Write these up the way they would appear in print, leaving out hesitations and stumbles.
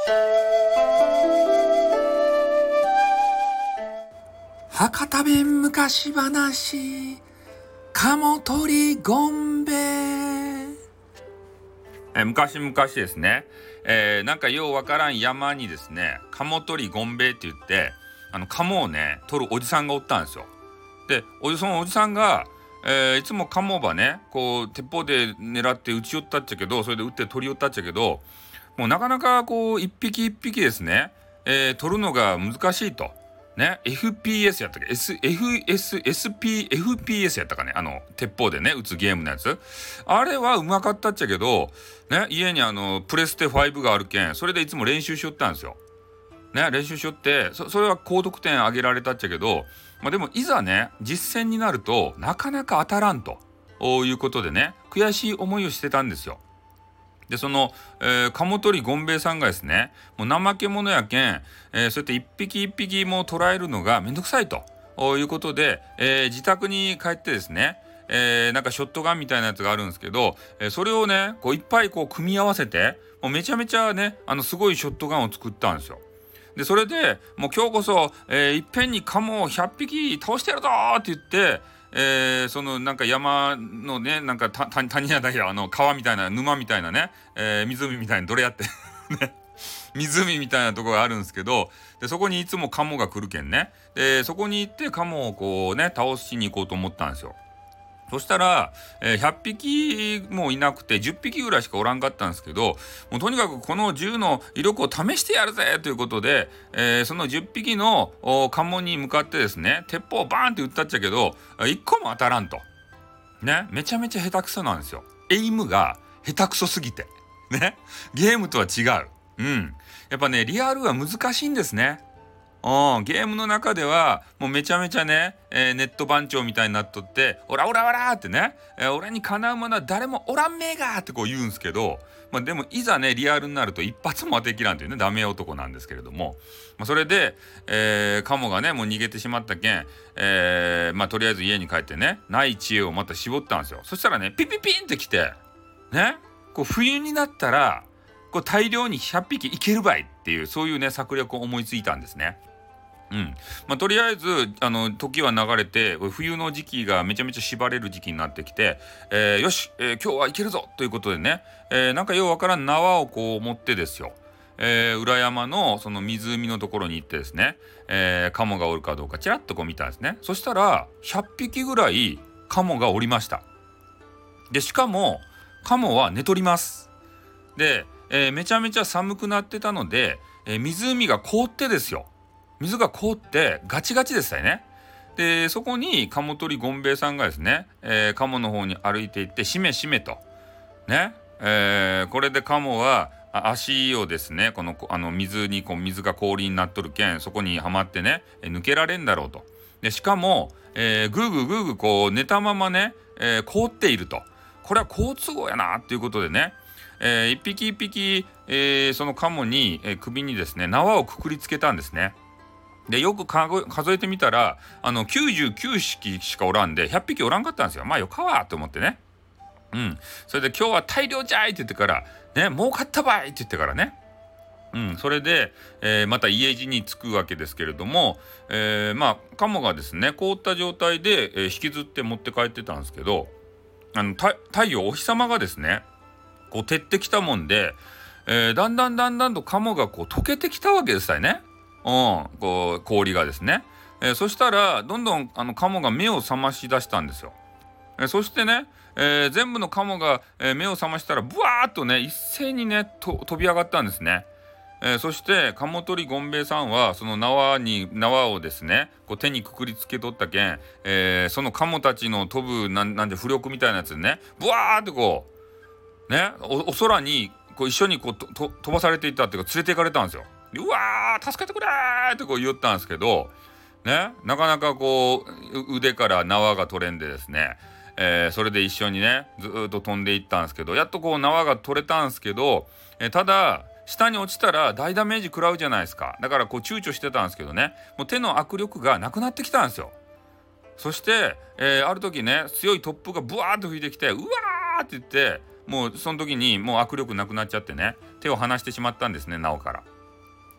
博多弁昔話、鴨取ゴンベ。昔々ですね、なんかようわからん山にですね、鴨取ゴンベって言って鴨をね取るおじさんがおったんですよ。でそのおじさんが、いつも鴨ばねこう鉄砲で狙って撃ち寄ったっちゃけど、それで撃って取り寄ったっちゃけど、もうなかなかこう一匹一匹ですね、取るのが難しいとね。 FPS やったっけ、FPS やったかね、鉄砲でね撃つゲームのやつ、あれはうまかったっちゃけどね、家にプレステ5があるけん、それでいつも練習しよったんですよね。練習しよって、それは高得点上げられたっちゃけど、でもいざね実戦になるとなかなか当たらんということでね、悔しい思いをしてたんですよ。でその、鴨取ゴンベイさんがですね、もう怠け者やけん、そうやって一匹一匹も捕らえるのがめんどくさいということで、自宅に帰ってですね、なんかショットガンみたいなやつがあるんですけど、それをねこういっぱいこう組み合わせて、もうめちゃめちゃねすごいショットガンを作ったんですよ。でそれでもう今日こそ、いっぺんにカモを100匹倒してやるぞって言って、そのなんか山のねなんか谷やだけ川みたいな沼みたいなね、湖みたいなどれやってね湖みたいなところがあるんですけど、でそこにいつもカモが来るけんね、でそこに行ってカモをこうね倒しに行こうと思ったんですよ。そしたら、100匹もいなくて10匹ぐらいしかおらんかったんですけど、もうとにかくこの銃の威力を試してやるぜということで、その10匹の関門に向かってですね鉄砲をバーンって撃ったっちゃけど1個も当たらんとね。めちゃめちゃ下手くそなんですよ。エイムが下手くそすぎてね、ゲームとは違う。やっぱねリアルは難しいんですね。ゲームの中ではもうめちゃめちゃね、ネット番長みたいになっとってオラオラオラってね、俺にかなうものは誰もおらんめーがーってこう言うんすけど、でもいざねリアルになると一発も当てきらんというねダメ男なんですけれども、それで、カモがねもう逃げてしまったけん、とりあえず家に帰ってねない知恵をまた絞ったんですよ。そしたらねピピピンってきてね、こう冬になったらこう大量に100匹いけるばいっていう、そういうね策略を思いついたんですね。とりあえず時は流れて冬の時期がめちゃめちゃ縛れる時期になってきて、よし、今日はいけるぞということでね、なんかようわからん縄をこう持ってですよ、裏山のその湖のところに行ってですね、カモがおるかどうかちらっとこう見たんですね。そしたら100匹ぐらいカモがおりました。でしかもカモは寝とります。で、めちゃめちゃ寒くなってたので、湖が凍ってですよ、水が凍ってガチガチでしたよね。でそこに鴨取ゴンベイさんがですね、鴨の方に歩いていってしめしめとね、これで鴨は足をですねこの水にこう水が氷になっとるけん、そこにはまってね抜けられんだろうと。でしかも、ぐーぐーぐーぐーこう寝たままね、凍っていると、これは好都合やなっていうことでね、一匹一匹、その鴨に、首にですね縄をくくりつけたんですね。でよく数えてみたら99匹しかおらんで100匹おらんかったんですよ。よかわと思ってね。それで今日は大量じゃいって言ってからね、儲かったばいって言ってからね、それで、また家路に着くわけですけれども、カモがですね凍った状態で、引きずって持って帰ってたんですけど、太陽お日様がですねこう照ってきたもんで、だんだんとカモがこう溶けてきたわけですよね。こう氷がですね、そしたらどんどんカモが目を覚まし出したんですよ。そしてね、全部のカモが、目を覚ましたらブワーッとね一斉にね飛び上がったんですね。そして鴨取ゴンベイさんはその縄をですねこう手にくくりつけとったけん、そのカモたちの飛ぶなんで浮力みたいなやつでねブワーってこうねお空にこう一緒にこう飛ばされていったっていうか連れて行かれたんですよ。うわー助けてくれーってこう言ったんですけどね、なかなかこう腕から縄が取れんでですね、それで一緒にねずっと飛んでいったんですけど、やっとこう縄が取れたんですけど、ただ下に落ちたら大ダメージ食らうじゃないですか。だからこう躊躇してたんですけどね、もう手の握力がなくなってきたんですよ。そして、ある時ね強い突風がブワーッと吹いてきてうわーって言って、もうその時にもう握力なくなっちゃってね手を離してしまったんですね、縄から。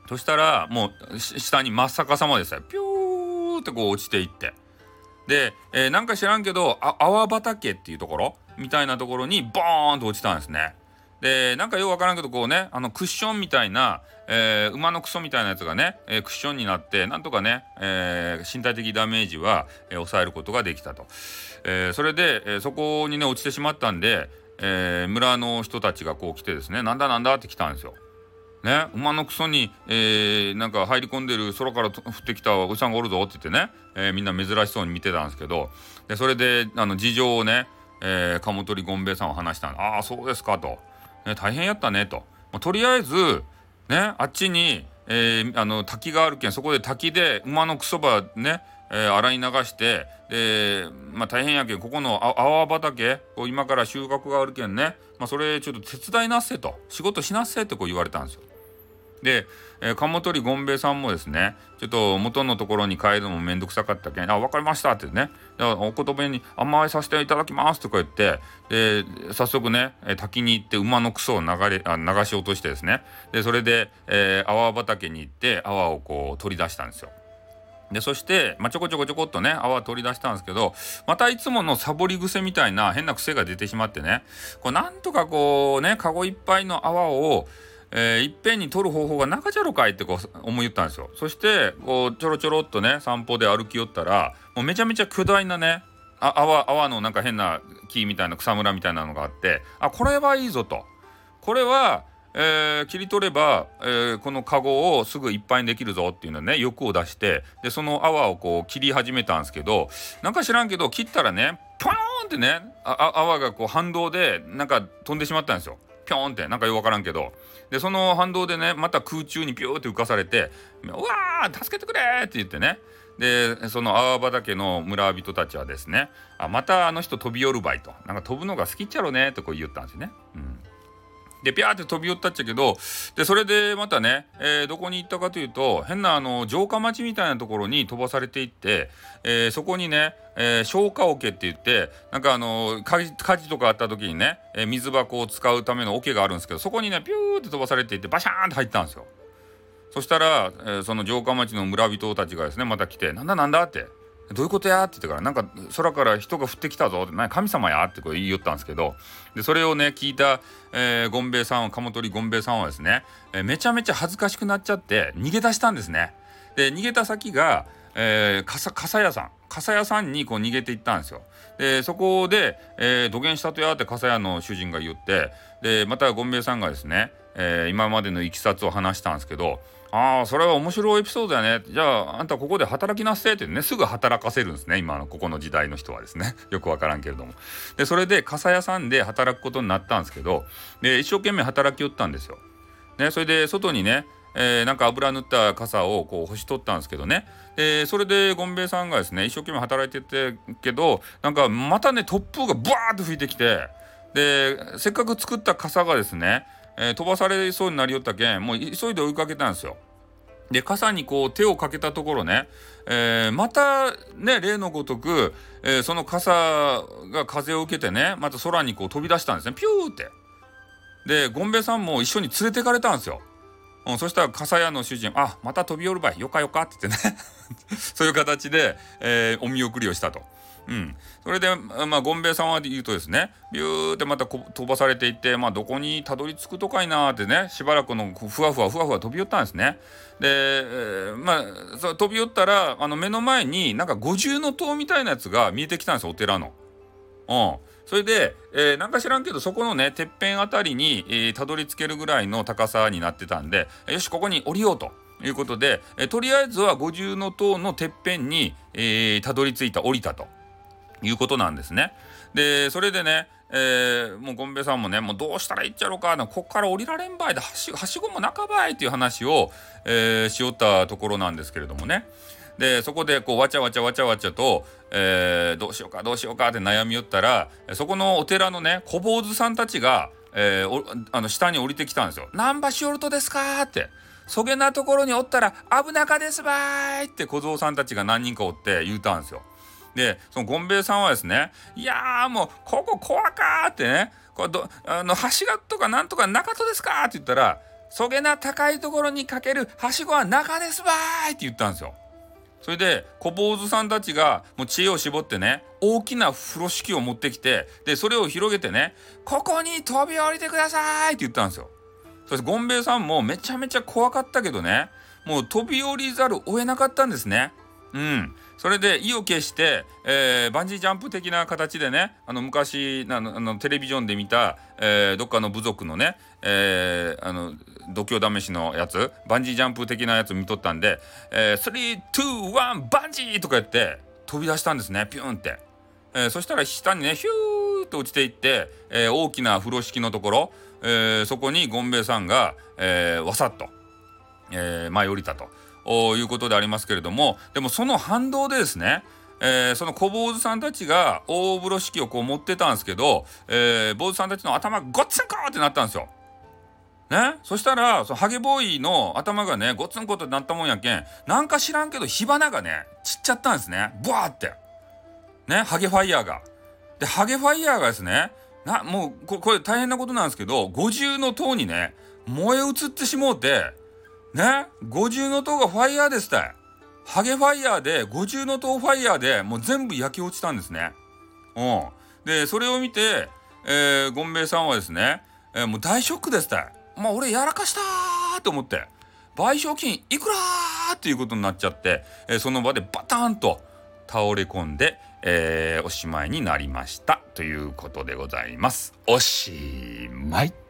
そしたらもう下に真っ逆さまでさピューってこう落ちていって、で、なんか知らんけど泡畑っていうところみたいなところにボーンと落ちたんですね。でなんかようわからんけどこうねクッションみたいな、馬のクソみたいなやつがね、クッションになってなんとかね、身体的ダメージは、抑えることができたと、それで、そこにね落ちてしまったんで、村の人たちがこう来てですねなんだなんだって来たんですよ。ね、馬のクソに、なんか入り込んでる空から降ってきたおじさんがおるぞって言ってね、みんな珍しそうに見てたんですけど、でそれで事情をね、鴨取権兵衛さんは話したんで、ああそうですかと、大変やったねと、とりあえずねあっちに、滝があるけんそこで滝で馬のクソばね、洗い流してで、大変やけんここの泡畑を今から収穫があるけんね、それちょっと手伝いなっせと仕事しなっせってこう言われたんですよ。で、鴨取権兵衛さんもですねちょっと元のところに帰るのもめんどくさかったけん分かりましたってねお言葉に甘えさせていただきますとか言ってで早速ね滝に行って馬のクソを流し落としてですねでそれで、泡畑に行って泡をこう取り出したんですよ。でそして、ちょこちょこちょこっとね泡取り出したんですけどまたいつものサボり癖みたいな変な癖が出てしまってねこうなんとかこうねカゴいっぱいの泡をいっぺんに取る方法がなかじゃろかいってこう思い言ったんですよ。そしてこうちょろちょろっとね散歩で歩き寄ったらもうめちゃめちゃ巨大なね泡のなんか変な木みたいな草むらみたいなのがあってこれはいいぞとこれは、切り取れば、このカゴをすぐいっぱいにできるぞっていうのね欲を出してでその泡をこう切り始めたんですけどなんか知らんけど切ったらねポヨーンってね泡がこう反動でなんか飛んでしまったんですよ。ピョーンってなんかよくわからんけどでその反動でねまた空中にピューって浮かされて「うわー助けてくれ!」って言ってねでその泡畑の村人たちはですねまたあの人飛び寄るばいとなんか飛ぶのが好きっちゃろねとこう言ったんですよね。でピャーって飛び寄ったっちゃけどでそれでまたね、どこに行ったかというと変な城下町みたいなところに飛ばされていって、そこにね、消火桶って言ってなんか火事とかあった時にね、水箱を使うための桶があるんですけどそこにねピューって飛ばされていってバシャーンって入ったんですよ。そしたら、その城下町の村人たちがですねまた来てなんだなんだってどういうことやって言ってからなんか空から人が降ってきたぞって神様やってこう言い寄ったんですけどでそれをね聞いた、権兵衛さん鴨取権兵衛さんはですね、めちゃめちゃ恥ずかしくなっちゃって逃げ出したんですね。で逃げた先が、傘屋さんにこう逃げていったんですよ。でそこで、土下したとやって傘屋の主人が言ってでまた権兵衛さんがですね、今までのいきさつを話したんですけどそれは面白いエピソードやねじゃああんたここで働きなっせってねすぐ働かせるんですね今のここの時代の人はですねよくわからんけれどもでそれで傘屋さんで働くことになったんですけどで一生懸命働きよったんですよ。ね、それで外にねなんか油塗った傘をこう干し取ったんですけどねそれで権兵衛さんがですね一生懸命働いててけどなんかまたね突風がブワーッと吹いてきてでせっかく作った傘がですね、飛ばされそうになりよったけんもう急いで追いかけたんですよ。で傘にこう手をかけたところね、またね例のごとく、その傘が風を受けてねまた空にこう飛び出したんですねピューって。で権兵衛さんも一緒に連れてかれたんですよ。そしたら傘屋の主人また飛び寄るばいよかよかって言ってねそういう形で、お見送りをしたと。それで権兵衛さんは言うとですねビューってまた飛ばされていってどこにたどり着くとかいなってねしばらくのふわふわ飛び寄ったんですね。で、そう飛び寄ったら目の前になんか五重塔みたいなやつが見えてきたんですよお寺の。それで、なんか知らんけどそこのねてっぺんあたりに、たどり着けるぐらいの高さになってたんでよしここに降りようということで、とりあえずは五重塔のてっぺんに、たどり着いた降りたということなんですね。でそれでね、もう権兵衛さんもねもうどうしたらいいっちゃろうかこっから降りられんばいではしごも半ばいっていう話を、しよったところなんですけれどもね。でそこでこうわちゃわちゃと、どうしようかって悩みよったらそこのお寺のね小坊主さんたちが、下に降りてきたんですよ。何ばしおるとですかってそげなところにおったら危なかですばいって小僧さんたちが何人かおって言うたんですよ。でその権兵衛さんはですねいやもうここ怖かってねこれはしがとかなんとかなかとですかって言ったらそげな高いところにかけるはしごは中ですばーいって言ったんですよ。それで小坊主さんたちがもう知恵を絞ってね、大きな風呂敷を持ってきて、でそれを広げてね、ここに飛び降りてくださいって言ったんですよ。そしてゴンベイさんもめちゃめちゃ怖かったけどね、もう飛び降りざるを得なかったんですね。それで意を決して、バンジージャンプ的な形でね、昔テレビジョンで見た、どっかの部族のね、度胸試しのやつ、バンジージャンプ的なやつ見とったんで、3、2、1バンジーとか言って飛び出したんですね、ピューンって。そしたら下にねヒューッと落ちていって、大きな風呂敷のところ、そこにゴンベイさんが、わさっと、舞い降りたということでありますけれども、でもその反動でですね、その小坊主さんたちが大風呂敷をこう持ってたんですけど、坊主さんたちの頭がゴッツンコーってなったんですよ。ね、そしたらそのハゲボーイの頭がねゴツンコとなったもんやけん、なんか知らんけど火花がね散っちゃったんですね、ブワーってね、ハゲファイヤーが。でハゲファイヤーがですね、もうこれ大変なことなんですけど、五重の塔にね燃え移ってしもうてね、五重の塔がファイヤーですたい。ハゲファイヤーで五重の塔ファイヤーでもう全部焼き落ちたんですね。でそれを見て、ゴンベイさんはですね、もう大ショックですたい。俺やらかしたーと思って賠償金いくらーっていうことになっちゃって、その場でバターンと倒れ込んで、おしまいになりましたということでございます。おしまい。